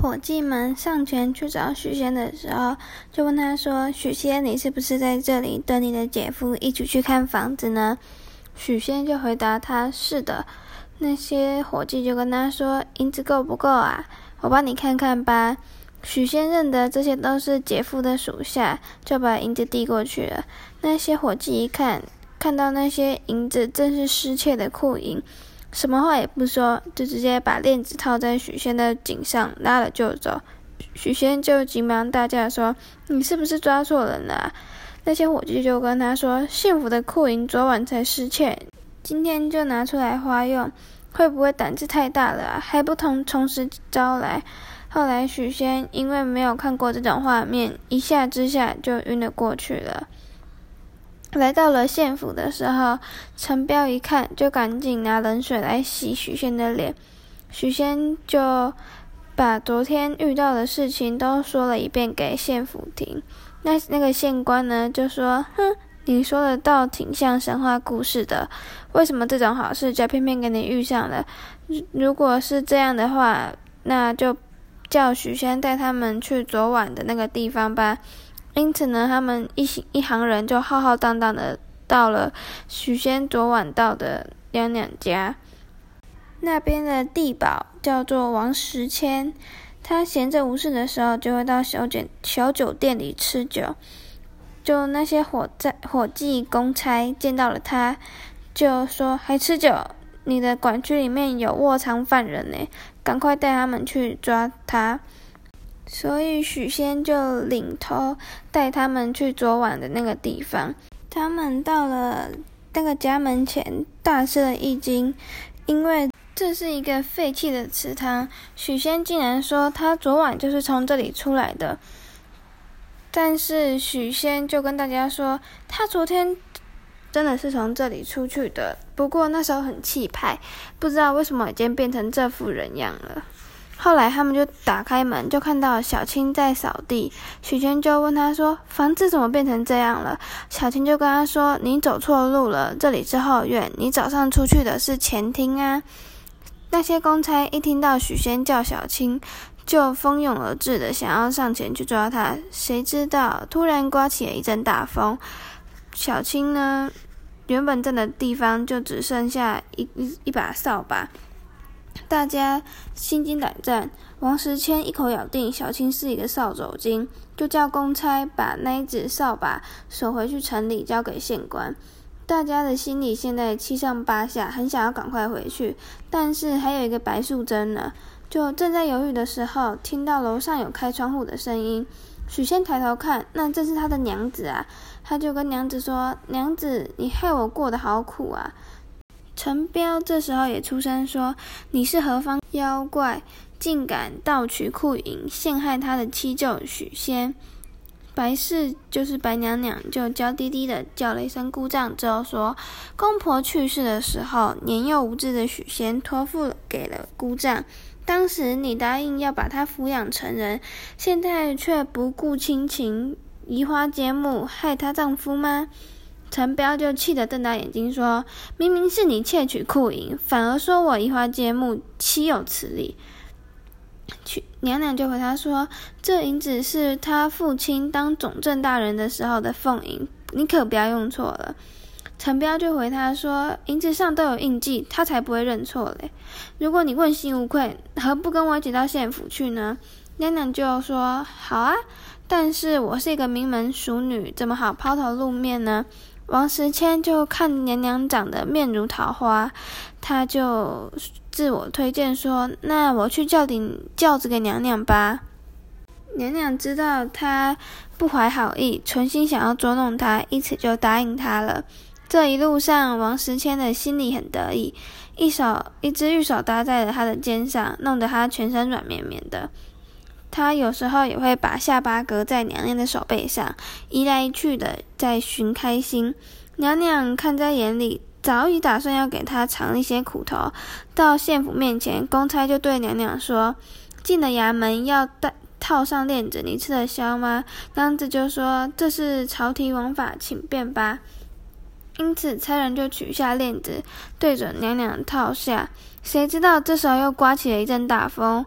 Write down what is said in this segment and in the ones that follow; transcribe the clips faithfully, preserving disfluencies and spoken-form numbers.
伙计们上前去找许仙的时候，就问他说：许仙，你是不是在这里等你的姐夫一起去看房子呢？许仙就回答他：是的。那些伙计就跟他说：银子够不够啊？我帮你看看吧。许仙认得这些都是姐夫的属下，就把银子递过去了。那些伙计一看，看到那些银子正是失窃的库银，什么话也不说，就直接把链子套在许仙的颈上，拉了就走。许仙就急忙大叫说：你是不是抓错人了啊？那些伙计就跟他说：幸福的库银昨晚才失窃，今天就拿出来花用，会不会胆子太大了啊？还不同从实招来。后来许仙因为没有看过这种画面，一下之下就晕了过去了。来到了县府的时候，陈彪一看就赶紧拿冷水来洗许仙的脸。许仙就把昨天遇到的事情都说了一遍给县府听。那那个县官呢就说：哼，你说的倒挺像神话故事的，为什么这种好事就偏偏给你遇上了？如果是这样的话，那就叫许仙带他们去昨晚的那个地方吧。因此呢，他们一行一行人就浩浩荡荡的到了许仙昨晚到的娘娘家。那边的地保叫做王时迁，他闲着无事的时候就会到小酒小酒店里吃酒。就那些伙在伙计公差见到了他，就说：还吃酒？你的管区里面有卧藏犯人呢，赶快带他们去抓他。所以许仙就领头带他们去昨晚的那个地方。他们到了那个家门前，大吃了一惊，因为这是一个废弃的池塘。许仙竟然说他昨晚就是从这里出来的，但是许仙就跟大家说他昨天真的是从这里出去的，不过那时候很气派，不知道为什么已经变成这副人样了。后来他们就打开门，就看到小青在扫地。许仙就问他说：房子怎么变成这样了？小青就跟他说：你走错路了，这里是后院，你早上出去的是前厅啊。那些公差一听到许仙叫小青，就蜂拥而至的想要上前去抓他，谁知道突然刮起了一阵大风。小青呢，原本站的地方就只剩下一一一把扫把。大家心惊胆战，王时迁一口咬定小青是一个扫帚精，就叫公差把那一只扫把锁回去城里交给县官。大家的心里现在七上八下，很想要赶快回去，但是还有一个白素贞呢。就正在犹豫的时候，听到楼上有开窗户的声音。许仙抬头看，那正是他的娘子啊。他就跟娘子说：娘子，你害我过得好苦啊。陈彪这时候也出声说：你是何方妖怪，竟敢盗取库银，陷害他的七舅许仙。白氏就是白娘娘，就娇滴滴的叫了一声姑丈之后说：公婆去世的时候，年幼无知的许仙托付给了姑丈，当时你答应要把他抚养成人，现在却不顾亲情，移花接木，害她丈夫吗？陈彪就气得瞪大眼睛说：明明是你窃取库银，反而说我移花接木，岂有此理？娘娘就回他说：这银子是他父亲当总政大人的时候的俸银，你可不要用错了。陈彪就回他说：银子上都有印记，他才不会认错嘞。如果你问心无愧，何不跟我一起到县府去呢？娘娘就说：好啊，但是我是一个名门淑女，怎么好抛头露面呢？王时迁就看娘娘长得面如桃花，他就自我推荐说：那我去叫顶轿子给娘娘吧。娘娘知道他不怀好意，存心想要捉弄他，因此就答应他了。这一路上，王时迁的心里很得意，一手一只玉手搭在了他的肩上，弄得他全身软绵绵的。他有时候也会把下巴搁在娘娘的手背上，移来移去的在寻开心。娘娘看在眼里，早已打算要给他尝一些苦头。到县府面前，公差就对娘娘说：进了衙门要带套上链子，你吃得消吗？娘子就说：这是朝廷王法，请便吧。因此差人就取下链子，对准娘娘套下。谁知道这时候又刮起了一阵大风，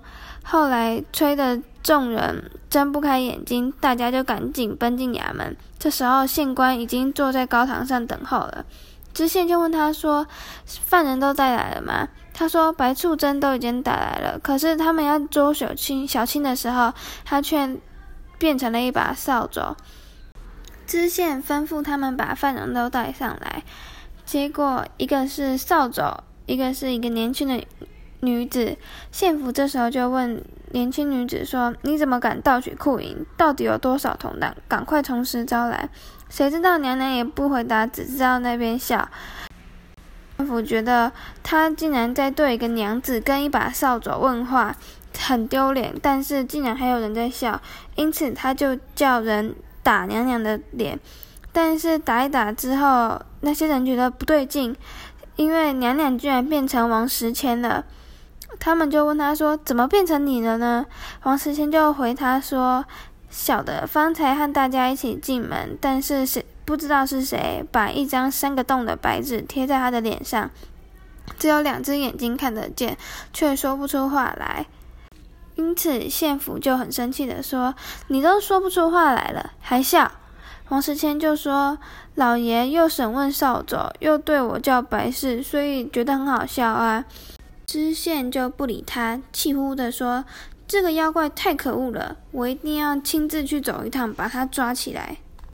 后来吹得众人睁不开眼睛，大家就赶紧奔进衙门。这时候县官已经坐在高堂上等候了。知县就问他说，犯人都带来了吗？他说白素贞都已经带来了，可是他们要捉小青小青的时候，他却变成了一把扫帚。知县吩咐他们把犯人都带上来，结果一个是扫帚，一个是一个年轻的女子。县府这时候就问年轻女子说，你怎么敢盗取库银？到底有多少同党？赶快从实招来。谁知道娘娘也不回答，只知道那边笑。县府觉得他竟然在对一个娘子跟一把扫帚问话，很丢脸，但是竟然还有人在笑，因此他就叫人打娘娘的脸。但是打一打之后，那些人觉得不对劲，因为娘娘居然变成王时迁了。他们就问他说，怎么变成你了呢？王时迁就回他说，小的方才和大家一起进门，但是谁不知道是谁把一张三个洞的白纸贴在他的脸上，只有两只眼睛看得见，却说不出话来。因此县府就很生气的说，你都说不出话来了，还笑。王时迁就说，老爷又审问扫帚，又对我叫白氏，所以觉得很好笑啊。知县就不理他，气呼呼的说，这个妖怪太可恶了，我一定要亲自去走一趟，把他抓起来。